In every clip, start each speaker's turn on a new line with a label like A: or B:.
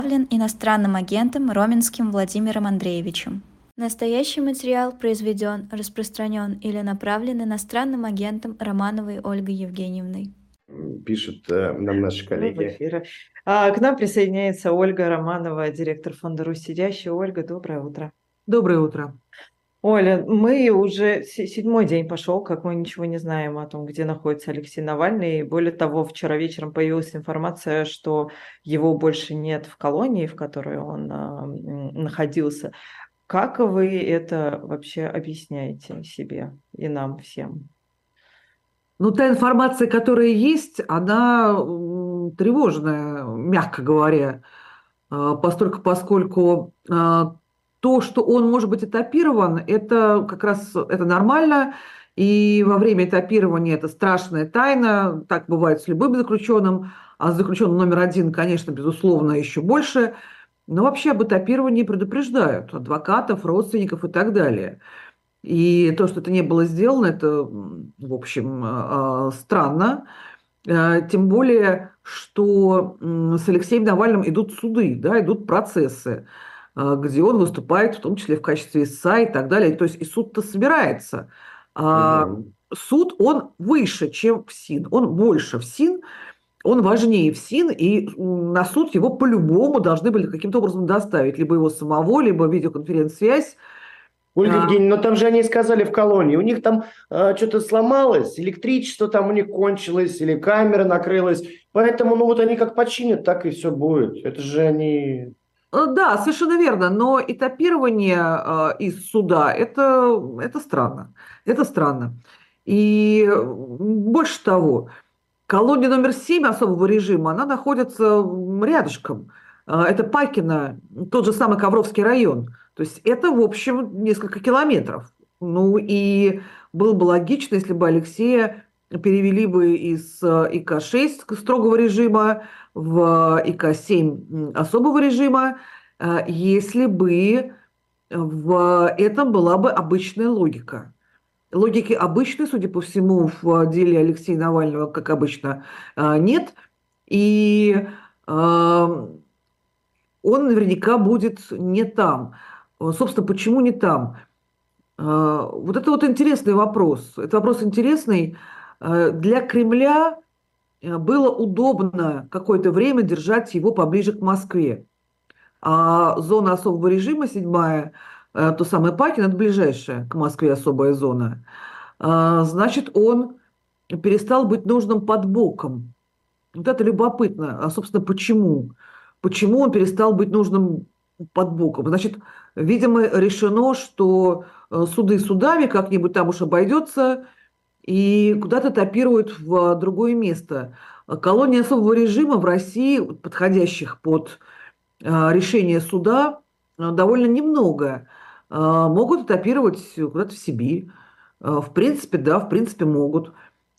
A: иностранным агентом Роменским Владимиром Андреевичем. Настоящий материал произведен, распространен или направлен иностранным агентом Романовой Ольгой Евгеньевной.
B: Пишут нам наши коллеги.
C: Эфира. К нам присоединяется Ольга Романова, директор фонда «Русь сидящая». Ольга, доброе утро.
D: Доброе утро.
C: Оля, мы уже седьмой день пошел, как мы ничего не знаем о том, где находится Алексей Навальный. Более того, вчера вечером появилась информация, что его больше нет в колонии, в которой он находился. Как вы это вообще объясняете себе и нам всем?
D: Ну, та информация, которая есть, она тревожная, мягко говоря, поскольку то, что он может быть этапирован, это как раз это нормально, и во время этапирования это страшная тайна, так бывает с любым заключенным, а с заключенным номер один, конечно, безусловно, еще больше, но вообще об этапировании предупреждают адвокатов, родственников и так далее. И то, что это не было сделано, это, в общем, странно. Тем более, что с Алексеем Навальным идут суды, да, идут процессы, где он выступает, в том числе в качестве истца и так далее. То есть и суд-то собирается. Суд, он выше, чем ФСИН, он больше ФСИН, он важнее ФСИН, и на суд его по-любому должны были каким-то образом доставить, либо его самого, либо видеоконференц-связь.
B: Ольга Евгеньевна, но там же они сказали в колонии, у них там что-то сломалось, электричество там у них кончилось, или камера накрылась, поэтому, ну вот они как починят, так и все будет. Это же они...
D: Да, совершенно верно, но этапирование из суда это странно. Это странно. И больше того, колония номер 7 особого режима, она находится рядышком. Это Пакино, тот же самый Ковровский район. То есть это, в общем, несколько километров. Ну и было бы логично, если бы Алексея перевели бы из ИК-6 строгого режима в ИК-7 особого режима, если бы в этом была бы обычная логика. Логики обычной, судя по всему, в деле Алексея Навального, как обычно, нет. И он наверняка будет не там. Собственно, почему не там? Вот это вот интересный вопрос. Это вопрос интересный. Для Кремля было удобно какое-то время держать его поближе к Москве. А зона особого режима, седьмая, то самое Пакино, это ближайшая к Москве особая зона. Значит, он перестал быть нужным под боком. Вот это любопытно. А, собственно, почему? Почему он перестал быть нужным под боком? Значит, видимо, решено, что суды судами, как-нибудь там уж обойдется, и куда-то этапируют в другое место. Колонии особого режима в России, подходящих под решение суда, довольно немного. Могут этапировать куда-то в Сибирь. В принципе, да, в принципе могут.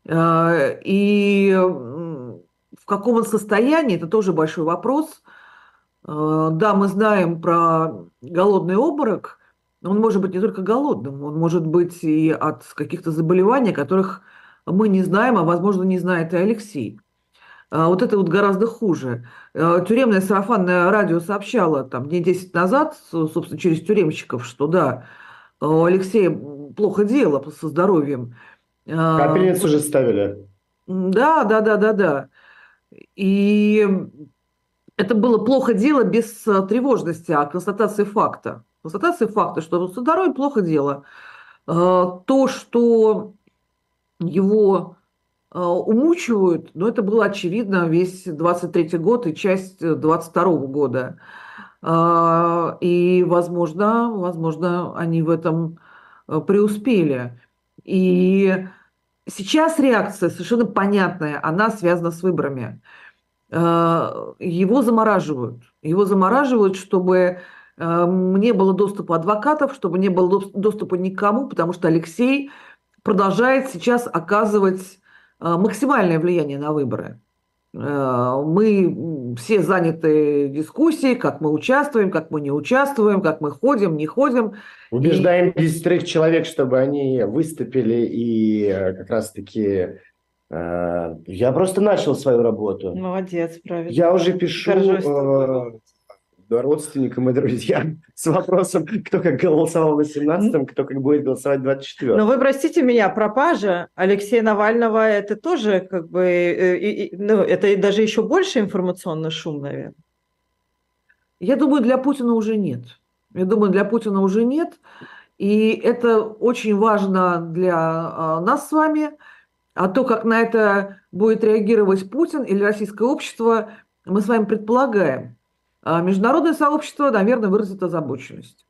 D: И в каком он состоянии, это тоже большой вопрос. Да, мы знаем про голодный обморок, но он может быть не только голодным, он может быть и от каких-то заболеваний, которых мы не знаем, а, возможно, не знает и Алексей. Вот это вот гораздо хуже. Тюремное сарафанное радио сообщало там дней 10 назад, собственно, через тюремщиков, что да, у Алексея плохо дело со здоровьем.
B: Капельницу же ставили.
D: Да, да, да, да, да. И это было плохо дело без тревожности, а констатации факта. Констатации факта, что со здоровьем плохо дело. То, что его умучивают, но это было очевидно весь 23-й год и часть 22-го года. И, возможно, они в этом преуспели. И сейчас реакция совершенно понятная, она связана с выборами. Его замораживают. Его замораживают, чтобы не было доступа адвокатов, чтобы не было доступа никому, потому что Алексей продолжает сейчас оказывать максимальное влияние на выборы. Мы все заняты дискуссией, как мы участвуем, как мы не участвуем, как мы ходим, не ходим.
B: Убеждаем 10 человек, чтобы они выступили и как раз-таки... Я просто начал свою работу.
C: Молодец, правильно.
B: Я уже пишу Да, родственникам и друзьям с вопросом, кто как голосовал в 18-м, кто как будет голосовать в 24-м.
C: Но вы простите меня, пропажа Алексея Навального – это тоже как бы, ну, это даже еще больше информационный шум, наверное.
D: Я думаю, для Путина уже нет. Я думаю, для Путина уже нет. И это очень важно для нас с вами. А то, как на это будет реагировать Путин или российское общество, мы с вами предполагаем. А международное сообщество, наверное, выразит озабоченность.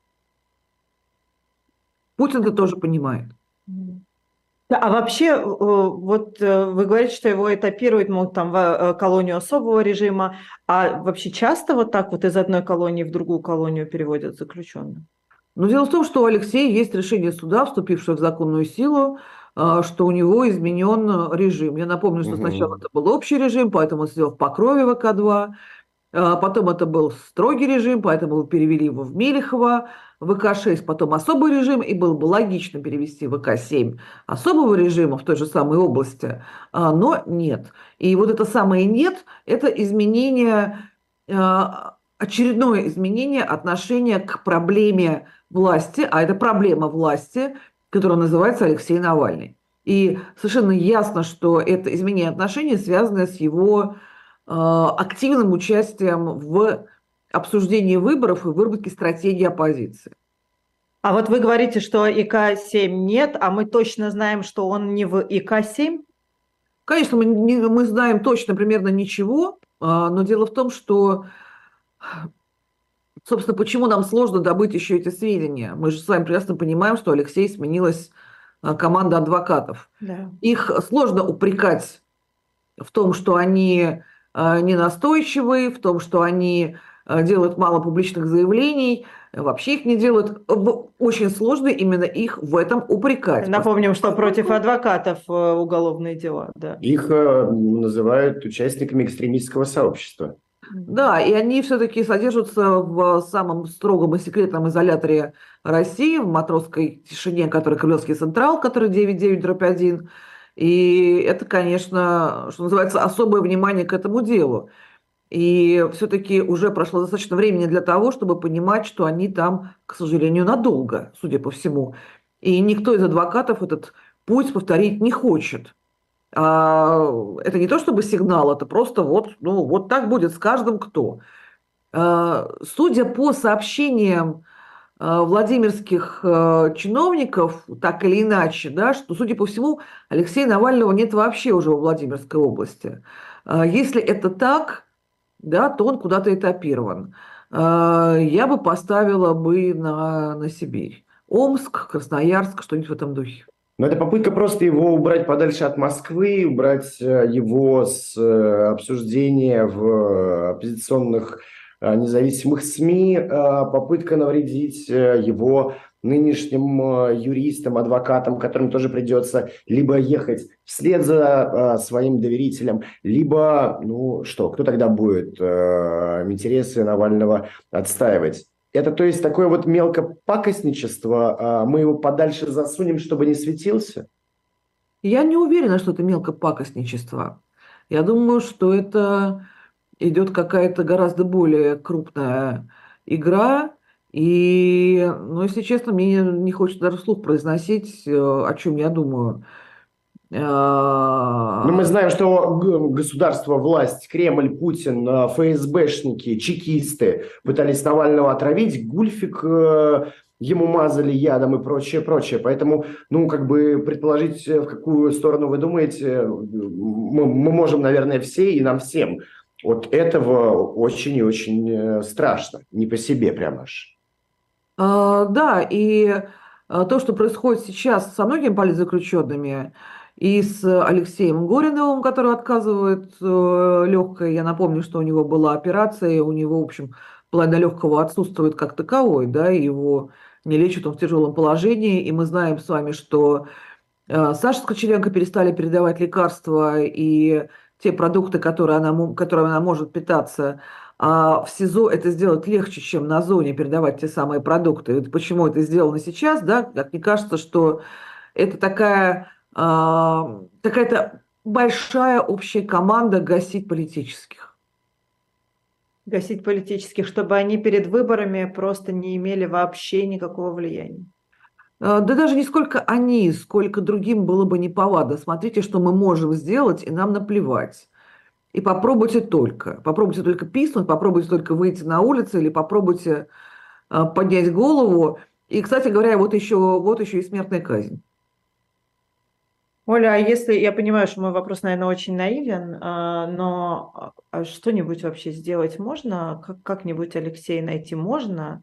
D: Путин это тоже понимает.
C: Да, а вообще, вот вы говорите, что его этапируют, мол, там, в колонию особого режима, а вообще часто вот так вот из одной колонии в другую колонию переводят заключенных?
D: Но дело в том, что у Алексея есть решение суда, вступившее в законную силу, что у него изменен режим. Я напомню, что сначала это был общий режим, поэтому он сидел в Покрове ВК-2, потом это был строгий режим, поэтому вы перевели его в Мелехово, ВК-6, потом особый режим, и было бы логично перевести ВК-7 особого режима в той же самой области, но нет. И вот это самое «нет» – это изменение, очередное изменение отношения к проблеме власти, а это проблема власти, которая называется Алексей Навальный. И совершенно ясно, что это изменение отношений связано с его активным участием в обсуждении выборов и выработке стратегии оппозиции.
C: А вот вы говорите, что ИК-7 нет, а мы точно знаем, что он не в ИК-7?
D: Конечно, мы знаем точно примерно ничего, но дело в том, что, собственно, почему нам сложно добыть еще эти сведения? Мы же с вами прекрасно понимаем, что Алексей сменилась команда адвокатов.
C: Да.
D: Их сложно упрекать в том, что они ненастойчивые, в том, что они делают мало публичных заявлений, вообще их не делают. Очень сложно именно их в этом упрекать.
C: Напомним, что против адвокатов уголовные дела. Да.
B: Их называют участниками экстремистского сообщества.
D: Да, и они все-таки содержатся в самом строгом и секретном изоляторе России, в матросской тишине, который Кремлевский Централ, который 99/1. И это, конечно, что называется, особое внимание к этому делу. И все-таки уже прошло достаточно времени для того, чтобы понимать, что они там, к сожалению, надолго, судя по всему. И никто из адвокатов этот путь повторить не хочет. Это не то чтобы сигнал, это просто вот, ну, вот так будет с каждым кто. Судя по сообщениям владимирских чиновников, так или иначе, да, что, судя по всему, Алексея Навального нет вообще уже во Владимирской области. Если это так, да, то он куда-то этапирован. Я бы поставила бы на Сибирь. Омск, Красноярск, что-нибудь в этом духе.
B: Но это попытка просто его убрать подальше от Москвы, убрать его с обсуждения в оппозиционных независимых СМИ, попытка навредить его нынешним юристам, адвокатам, которым тоже придется либо ехать вслед за своим доверителем, либо, ну что, кто тогда будет интересы Навального отстаивать? Это, то есть, такое вот мелкопакостничество, мы его подальше засунем, чтобы не светился?
D: Я не уверена, что это мелкопакостничество. Я думаю, что это идет какая-то гораздо более крупная игра. И, ну, если честно, мне не хочется даже вслух произносить, о чем я думаю.
B: Ну, мы знаем, что государство, власть, Кремль, Путин, ФСБшники, чекисты пытались Навального отравить, Гульфик ему мазали ядом и прочее, прочее. Поэтому, ну, как бы предположить, в какую сторону вы думаете, мы можем, наверное, все и нам всем. От этого очень и очень страшно, не по себе прямо аж.
D: Да, и то, что происходит сейчас со многими политзаключенными, и с Алексеем Гориновым, который отказывает легкое, я напомню, что у него была операция, и у него, в общем, половина легкого отсутствует как таковой, да, и его не лечат, он в тяжелом положении, и мы знаем с вами, что Саше Скочеленко перестали передавать лекарства и те продукты, которыми она может питаться, а в СИЗО это сделать легче, чем на зоне передавать те самые продукты. И вот почему это сделано сейчас, да, как мне кажется, что это какая-то большая общая команда гасить политических.
C: Гасить политических, чтобы они перед выборами просто не имели вообще никакого влияния.
D: Да даже не сколько они, сколько другим было бы неповадно. Смотрите, что мы можем сделать, и нам наплевать. И попробуйте только. Попробуйте только писнуть, попробуйте только выйти на улицу или попробуйте поднять голову. И, кстати говоря, вот еще и смертная казнь.
C: Оля, а если, я понимаю, что мой вопрос, наверное, очень наивен, но что-нибудь вообще сделать можно? Как-нибудь Алексея найти можно?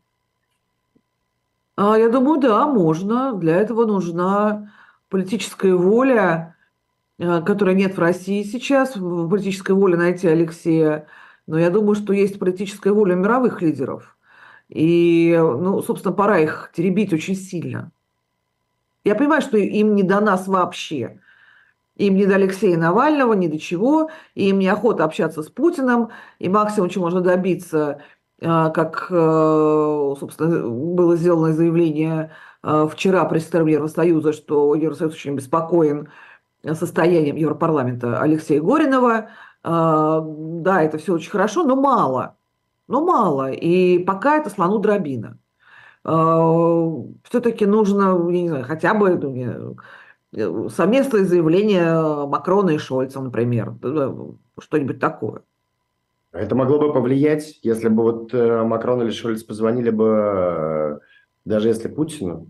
D: Я думаю, да, можно. Для этого нужна политическая воля, которой нет в России сейчас. Политическая воля найти Алексея. Но я думаю, что есть политическая воля мировых лидеров. И, ну, собственно, пора их теребить очень сильно. Я понимаю, что им не до нас вообще. Им не до Алексея Навального, ни до чего. И им неохота общаться с Путиным. И максимум, чего можно добиться, как, собственно, было сделано заявление вчера пресс-секретарем Евросоюза, что Евросоюз очень обеспокоен состоянием Европарламента Алексея Горинова. Да, это все очень хорошо, но мало. Но мало. И пока это слону дробина. Все-таки нужно, я не знаю, хотя бы совместное заявление Макрона и Шольца, например, что-нибудь такое.
B: Это могло бы повлиять, если бы вот Макрон или Шольц позвонили бы, даже если Путину?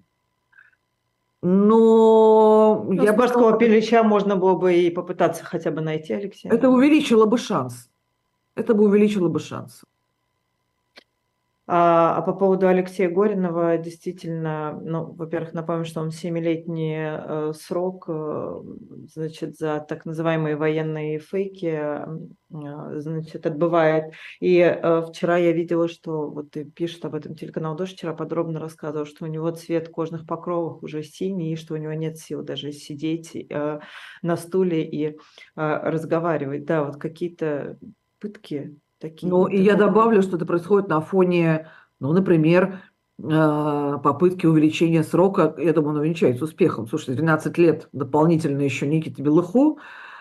D: Но
C: Ну,
D: я
C: с
D: бы
C: Барского
D: сказала,
C: Пилича можно было бы и попытаться хотя бы найти Алексея.
D: это увеличило бы шанс. Это бы увеличило бы шанс.
C: А по поводу Алексея Горинова, действительно, ну, во-первых, напомню, что он 7-летний срок, значит, за так называемые военные фейки, значит, отбывает. И вчера я видела, что вот и пишет об этом телеканал «Дождь», вчера подробно рассказывал, что у него цвет кожных покровов уже синий, и что у него нет сил даже сидеть на стуле и разговаривать. Да, вот какие-то пытки
D: Ну,
C: такие.
D: и я добавлю, что это происходит на фоне, ну, например, попытки увеличения срока. Я думаю, он увенчается успехом. Слушайте, 12 лет дополнительно еще Никите Белыху.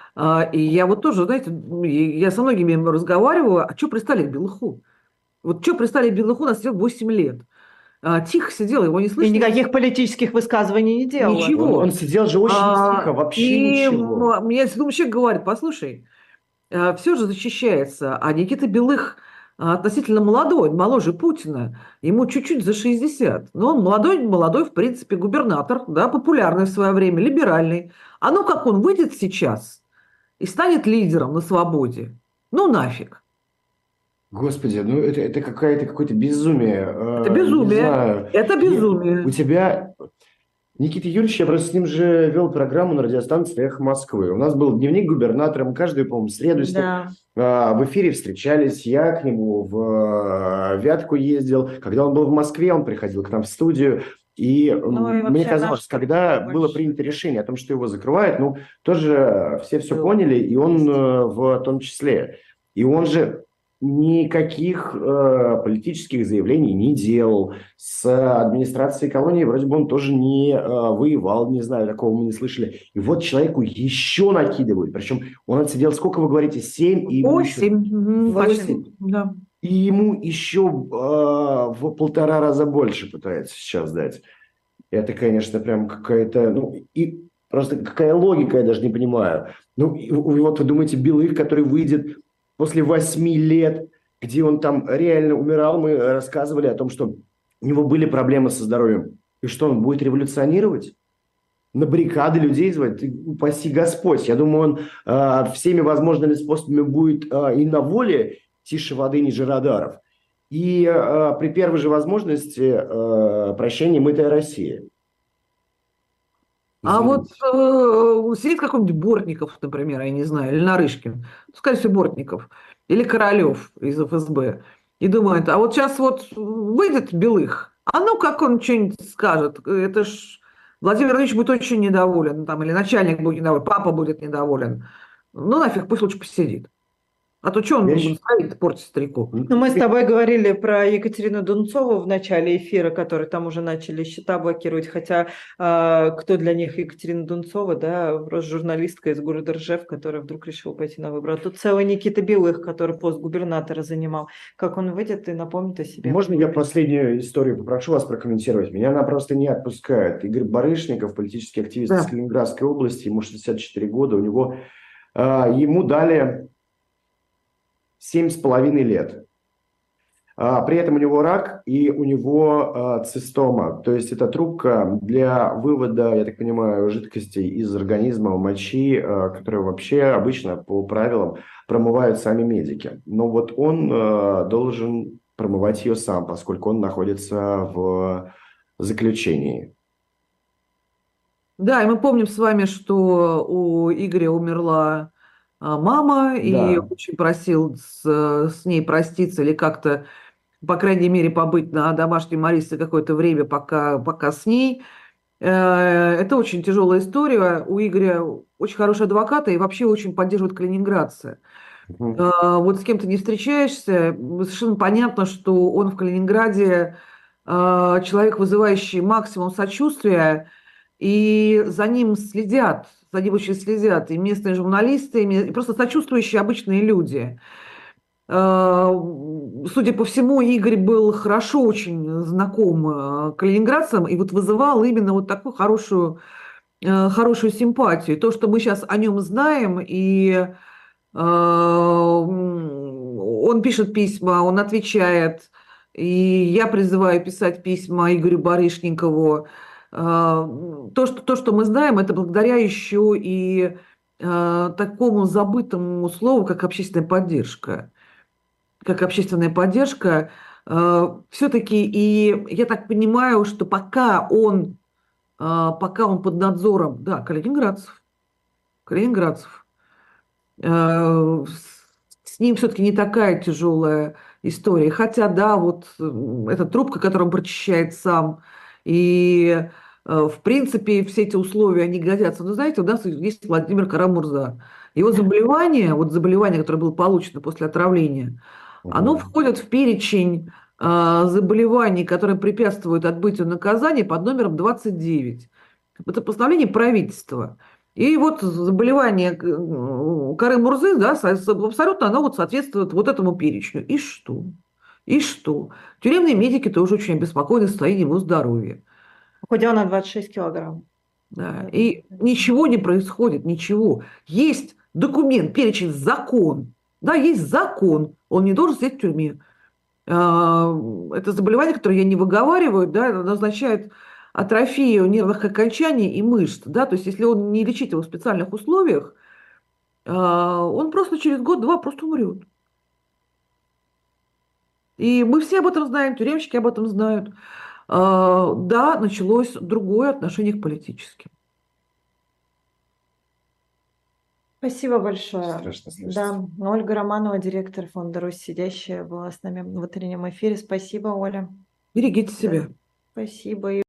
D: И я вот тоже, знаете, я со многими разговариваю, а что пристали к Белыху? Вот что пристали к Белыху, нас сидел 8 лет. Тихо сидел, его не
C: И
D: слышно.
C: никаких политических высказываний не делала.
D: Ничего.
B: Он сидел же очень тихо, вообще ничего.
D: Мне человек говорит, послушай, все же защищается, а Никита Белых относительно молодой, моложе Путина, ему чуть-чуть за 60, но он молодой, в принципе, губернатор, да, популярный в свое время, либеральный. А ну как он выйдет сейчас и станет лидером на свободе? Ну нафиг.
B: Господи, ну это какое-то безумие.
D: Это
B: Не
D: безумие.
B: знаю.
D: Это
B: И
D: безумие.
B: у тебя... Никита Юрьевич, я просто с ним же вел программу на радиостанции «Эхо Москвы». У нас был дневник губернатора, мы каждую, по-моему, среду с ним
C: Да.
B: в эфире встречались. Я к нему в Вятку ездил. Когда он был в Москве, он приходил к нам в студию. И
C: Ну и
B: мне
C: вообще
B: казалось,
C: наш
B: когда
C: больше
B: было принято решение о том, что его закрывают, ну, тоже все поняли, и он
C: есть.
B: в том числе. И он же никаких политических заявлений не делал. С администрацией колонии вроде бы он тоже не воевал, не знаю, такого мы не слышали. И вот человеку еще накидывают. Причем он отсидел, сколько вы говорите, 7, и ему еще
D: 8.
B: 8.
D: Да.
B: И ему еще в 1,5 раза больше пытаются сейчас дать. Это, конечно, прям какая-то... Ну, и просто какая логика, я даже не понимаю. Ну, и вот вы думаете, Белых, который выйдет после 8 лет, где он там реально умирал, мы рассказывали о том, что у него были проблемы со здоровьем. И что, он будет революционировать? На баррикады людей звать? Упаси Господь. Я думаю, он всеми возможными способами будет и на воле тише воды, ниже радаров. И при первой же возможности прощения мытая Россия.
D: А вот
B: Извините.
D: сидит какой-нибудь Бортников, например, я не знаю, или Нарышкин, ну, скорее всего, Бортников, или Королев из ФСБ, и думает, а вот сейчас вот выйдет Белых, а ну как он что-нибудь скажет, это ж Владимир Владимирович будет очень недоволен, там, или начальник будет недоволен, папа будет недоволен. Ну нафиг, пусть лучше посидит. А то что он
B: Я
D: будет
B: щ-
D: стоит, портить старику?
C: Ну, мы с тобой говорили про Екатерину Дунцову в начале эфира, которые там уже начали счета блокировать, хотя кто для них Екатерина Дунцова, да, просто журналистка из города Ржев, которая вдруг решила пойти на выборы. А тут целый Никита Белых, который пост губернатора занимал. Как он выйдет и напомнит о себе.
B: Можно я последнюю историю попрошу вас прокомментировать? Меня она просто не отпускает. Игорь Барышников, политический активист из
D: Да.
B: Калининградской области, ему 64 года, ему дали 7,5 лет. При этом у него рак и у него цистома. То есть это трубка для вывода, я так понимаю, жидкостей из организма, мочи, которые вообще обычно по правилам промывают сами медики. Но вот он должен промывать ее сам, поскольку он находится в заключении.
D: Да, и мы помним с вами, что у Игоря умерла мама, и
B: Да.
D: очень просил с ней проститься или как-то, по крайней мере, побыть на домашнем аресте какое-то время, пока с ней. Это очень тяжелая история. У Игоря очень хороший адвокат и вообще очень поддерживает калининградцы.
B: Мгм.
D: Вот с кем ты не встречаешься, совершенно понятно, что он в Калининграде человек, вызывающий максимум сочувствия, и за ним очень следят и местные журналисты, и просто сочувствующие обычные люди. Э, Судя по всему, Игорь был хорошо очень знаком калининградцам и вот вызывал именно вот такую хорошую симпатию. То, что мы сейчас о нем знаем, и он пишет письма, он отвечает. И я призываю писать письма Игорю Барышникову. То, что мы знаем, это благодаря еще и такому забытому слову, как общественная поддержка. Как общественная поддержка. Все-таки, и я так понимаю, что пока он под надзором, да, калининградцев, с ним все-таки не такая тяжелая история. Хотя, да, вот эта трубка, которую он прочищает сам, и, в принципе, все эти условия, они годятся. Но, знаете, у нас есть Владимир Карамурза. Его заболевание, которое было получено после отравления, оно
B: Мгм.
D: входит в перечень заболеваний, которые препятствуют отбытию наказания под номером 29. Это постановление правительства. И вот заболевание Кары-Мурзы, да, абсолютно оно вот соответствует вот этому перечню. И что? И что? Тюремные медики тоже очень обеспокоены состоянием его здоровья.
C: Похудел на 26 килограмм.
D: Да.
C: Да.
D: И ничего не происходит, ничего. Есть документ, перечень, закон. Да, есть закон, он не должен сидеть в тюрьме. Это заболевание, которое я не выговариваю, да, это означает атрофию нервных окончаний и мышц. Да, то есть если он не лечить его в специальных условиях, он просто через год-два просто умрет. И мы все об этом знаем, тюремщики об этом знают. Да, началось другое отношение к политическим.
C: Спасибо большое.
B: Страшно слышать.
C: Да, Ольга Романова, директор фонда «Русь сидящая», была с нами в утреннем эфире. Спасибо, Оля.
D: Берегите
C: Да,
D: себя.
C: спасибо.